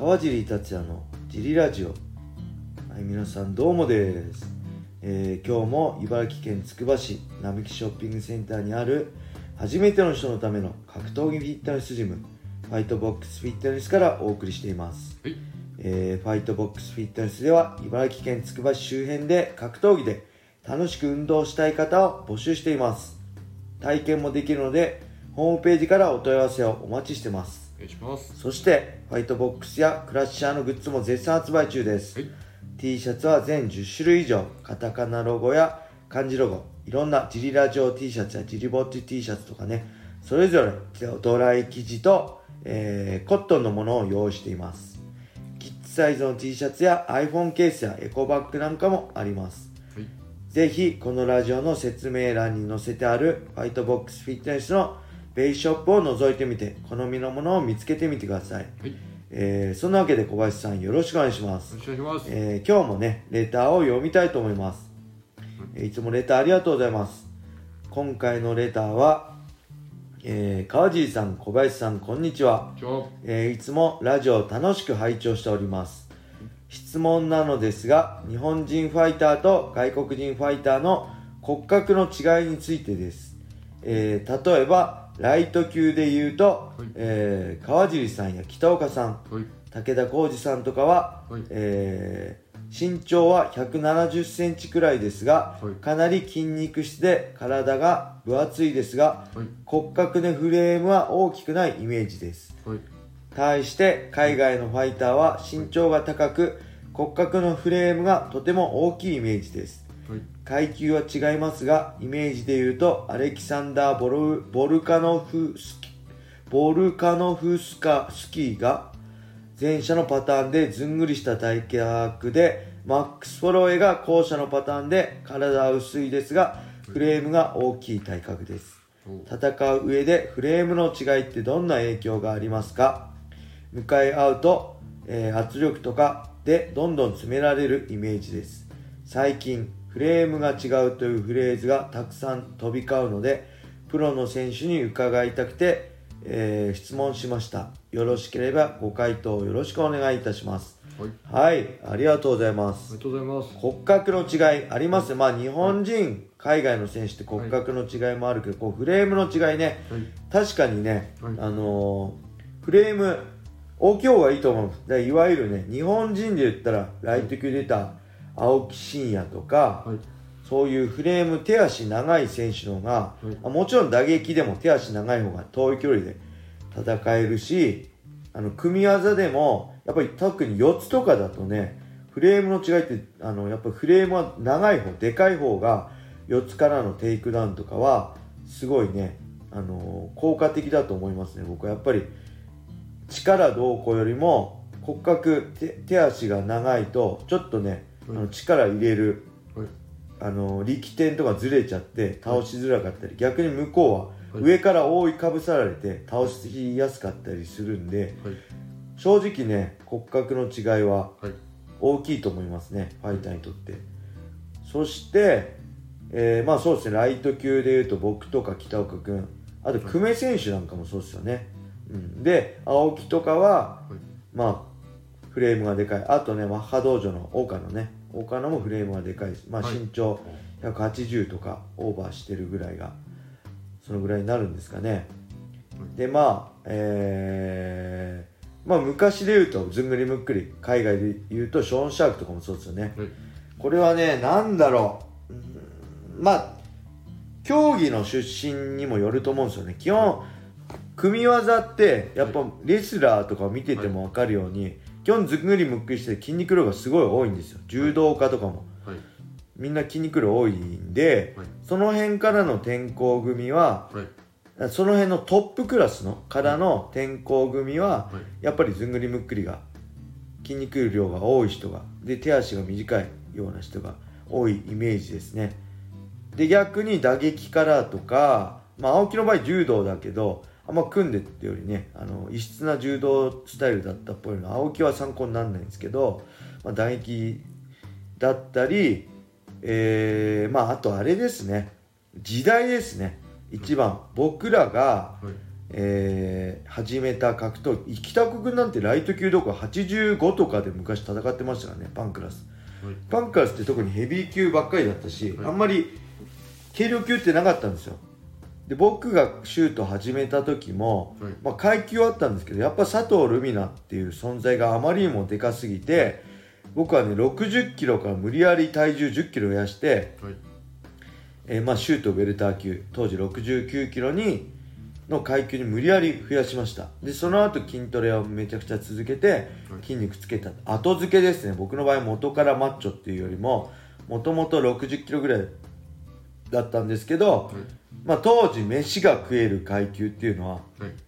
川尻達也のジリラジオ。はい、皆さんどうもです。今日も茨城県つくば市並木ショッピングセンターにある初めての人のための格闘技フィットネスジム、ファイトボックスフィットネスからお送りしています。ファイトボックスフィットネスでは茨城県つくば市周辺で格闘技で楽しく運動したい方を募集しています。体験もできるのでホームページからお問い合わせをお待ちしてます。 お願いします。 そしてファイトボックスやクラッシャーのグッズも絶賛発売中です。T シャツは全10種類以上、カタカナロゴや漢字ロゴ、いろんなジリラジオ T シャツやジリボッチ T シャツとかね、それぞれドライ生地と、コットンのものを用意しています。キッズサイズの T シャツや iPhone ケースやエコバッグなんかもあります。ぜひこのラジオの説明欄に載せてあるファイトボックスフィットネスのベイショップを覗いてみて好みのものを見つけてみてください。そんなわけで小林さんよろしくお願いします。 よろしくお願いします。 今日もねレターを読みたいと思います。いつもレターありがとうございます。今回のレターは、川尻さん、小林さんこんにちは。いつもラジオを楽しく拝聴しております。質問なのですが、日本人ファイターと外国人ファイターの骨格の違いについてです。例えばライト級で言うと、川尻さんや北岡さん、武田浩二さんとかは、身長は170センチくらいですが、かなり筋肉質で体が分厚いですが、骨格でフレームは大きくないイメージです。対して海外のファイターは身長が高く骨格のフレームがとても大きいイメージです。階級は違いますがイメージでいうとアレキサンダー・ボルカノフスキーが前者のパターンでずんぐりした体格で、マックス・フォロエが後者のパターンで体は薄いですがフレームが大きい体格です。戦う上でフレームの違いってどんな影響がありますか？向かい合うと、圧力とかでどんどん詰められるイメージです。最近フレームが違うというフレーズがたくさん飛び交うのでプロの選手に伺いたくて、質問しました。よろしければご回答よろしくお願いいたします。はい、ありがとうございます。骨格の違いあります。日本人、海外の選手って骨格の違いもあるけど、フレームの違いね、確かにね、フレーム大きい方がいいと思う。いわゆるね、日本人で言ったらライト級で出た青木真也とか、そういうフレーム手足長い選手の方が、もちろん打撃でも手足長い方が遠い距離で戦えるし、組み技でもやっぱり特に4つとかだとね、フレームの違いってやっぱフレームは長い方、でかい方が4つからのテイクダウンとかはすごいね、効果的だと思いますね。僕はやっぱり力どうこうよりも骨格、手足が長いとちょっとね、力入れる、力点とかずれちゃって倒しづらかったり、逆に向こうは上から覆いかぶさられて倒しやすかったりするんで、正直ね骨格の違いは大きいと思いますね、ファイターにとって。そして、そうですね、ライト級でいうと僕とか北岡君、あと久米選手なんかもそうですよね。で青木とかは、フレームがでかい。あとね、マッハ道場の岡野もフレームがでかいです。身長180とかオーバーしてるぐらいがそのぐらいになるんですかね。で昔で言うとずんぐりむっくり、海外で言うとショーン・シャークとかもそうですよね。これはね、なんだろう、競技の出身にもよると思うんですよね。基本組み技ってやっぱレスラーとかを見てても分かるように、基本ずんぐりむっくりして筋肉量がすごい多いんですよ。柔道家とかも、みんな筋肉量多いんで、その辺からの転向組は、その辺のトップクラスのからの転向組は、やっぱりずんぐりむっくりが筋肉量が多い人がで、手足が短いような人が多いイメージですね。で逆に打撃からとか、青木の場合柔道だけど組んでってよりね、異質な柔道スタイルだったっぽいの。青木は参考にならないんですけど、打撃だったり、あとあれですね、時代ですね。一番僕らが、 始めた格闘技、北子君なんてライト級どころ85とかで昔戦ってましたからね。パンクラス、パンクラスって特にヘビー級ばっかりだったし、あんまり軽量級ってなかったんですよ。で僕がシュート始めた時も、階級はあったんですけど、やっぱ佐藤ルミナっていう存在があまりにもでかすぎて、僕はね60キロから無理やり体重10キロ増やして、シュートベルター級当時69キロの階級に無理やり増やしました。でその後筋トレをめちゃくちゃ続けて筋肉つけた、後付けですね。僕の場合元からマッチョっていうよりももともと60キロぐらいだったんですけど、当時飯が食える階級っていうのは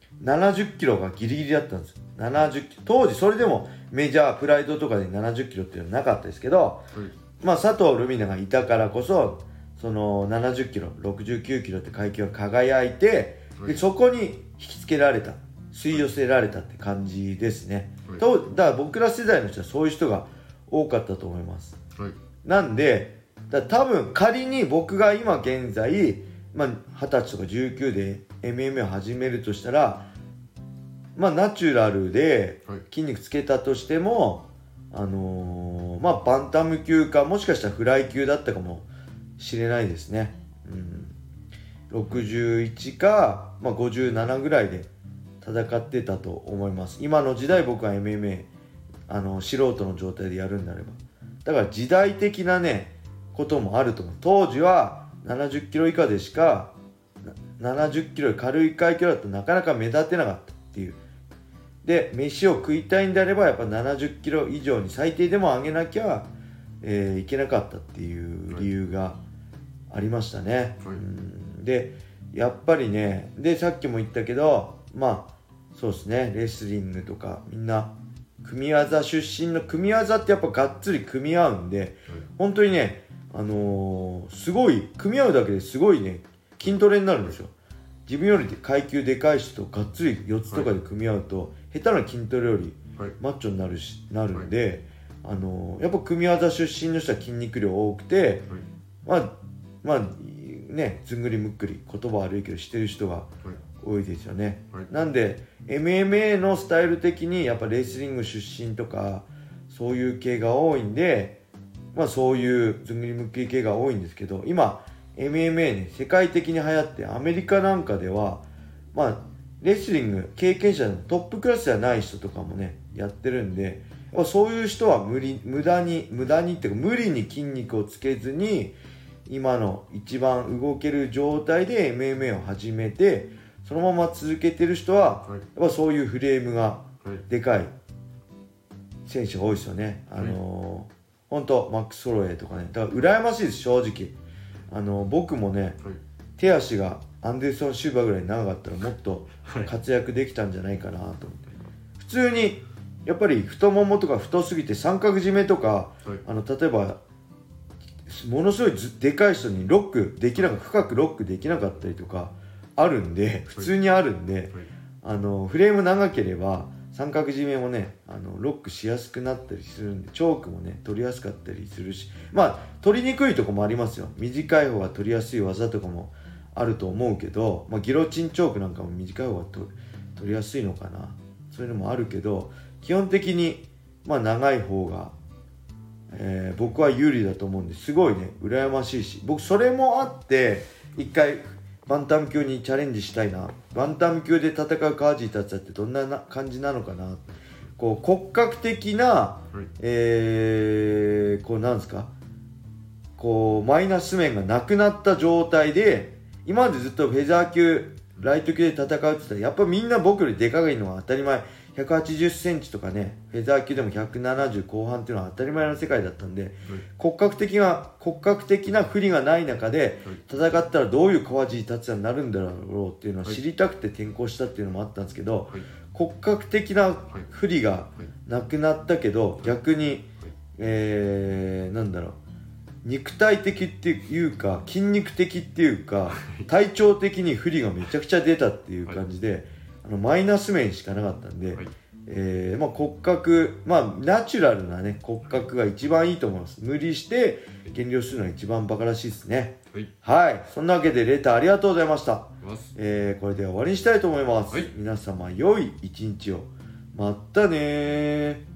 70キロがギリギリだったんですよ。当時それでもメジャープライドとかで70キロっていうのはなかったですけど、佐藤ルミナがいたからこそその70キロ69キロって階級が輝いて、でそこに引きつけられた、吸い寄せられたって感じですね。だから僕ら世代の人はそういう人が多かったと思います。なんで多分仮に僕が今現在、20歳とか19で MMA を始めるとしたら、ナチュラルで筋肉つけたとしても、バンタム級かもしかしたらフライ級だったかもしれないですね。61か、57ぐらいで戦ってたと思います。今の時代僕は MMA 素人の状態でやるんであれば。だから時代的なねこともあると思う。当時は70キロ以下でしか、70キロ軽い階級だとなかなか目立てなかったっていう。で飯を食いたいんであればやっぱ70キロ以上に最低でも上げなきゃ、いけなかったっていう理由がありましたね。でやっぱりね、でさっきも言ったけど、そうですね、レスリングとかみんな組み技出身の組み技ってやっぱがっつり組み合うんで、本当にねすごい組み合うだけですごいね筋トレになるんですよ。自分より階級でかい人とがっつり4つとかで組み合うと、下手な筋トレよりマッチョになるんで、やっぱ組み技出身の人は筋肉量多くて、ずんぐりむっくり言葉悪いけどしてる人が多いですよね。なんで MMA のスタイル的にやっぱレスリング出身とかそういう系が多いんで、そういうずんぐりむっくり系が多いんですけど、今 MMA ね世界的に流行って、アメリカなんかではレスリング経験者のトップクラスじゃない人とかもねやってるんで、そういう人は無駄にっていうか無理に筋肉をつけずに今の一番動ける状態で MMA を始めてそのまま続けてる人は、やっぱそういうフレームがでかい選手が多いですよね。本当マックス・ホロウェイとかね、だから羨ましいです正直。僕もね、手足がアンデルソン・シューバーぐらい長かったらもっと活躍できたんじゃないかなと思って、普通にやっぱり太ももとか太すぎて三角締めとか、例えばものすごいでかい人に深くロックできなかったりとかあるんで、普通にあるんで、フレーム長ければ三角締めもねロックしやすくなったりするんで、チョークもね取りやすかったりするし、取りにくいとこもありますよ。短い方が取りやすい技とかもあると思うけど、ギロチンチョークなんかも短い方が取りやすいのかな、そういうのもあるけど、基本的に長い方が、僕は有利だと思うんで、すごいね羨ましいし、僕それもあって一回バンタム級にチャレンジしたいな。バンタム級で戦う川地達也ってどんな感じなのかな。こう骨格的な、なんですか、マイナス面がなくなった状態で、今までずっとフェザー級ライト級で戦うって言ったらやっぱみんな僕よりでかいのは当たり前。180センチとかね、フェザー級でも170後半っていうのは当たり前の世界だったんで、骨格的な不利がない中で戦ったらどういう川地達也になるんだろうっていうのを知りたくて転向したっていうのもあったんですけど、骨格的な不利がなくなったけど、逆に、肉体的っていうか筋肉的っていうか体調的に不利がめちゃくちゃ出たっていう感じで、マイナス面しかなかったんで、 骨格、ナチュラルなね骨格が一番いいと思います。無理して減量するのが一番バカらしいですね。はい、そんなわけでレターありがとうございました。これで終わりにしたいと思います。皆様良い一日を。またねー。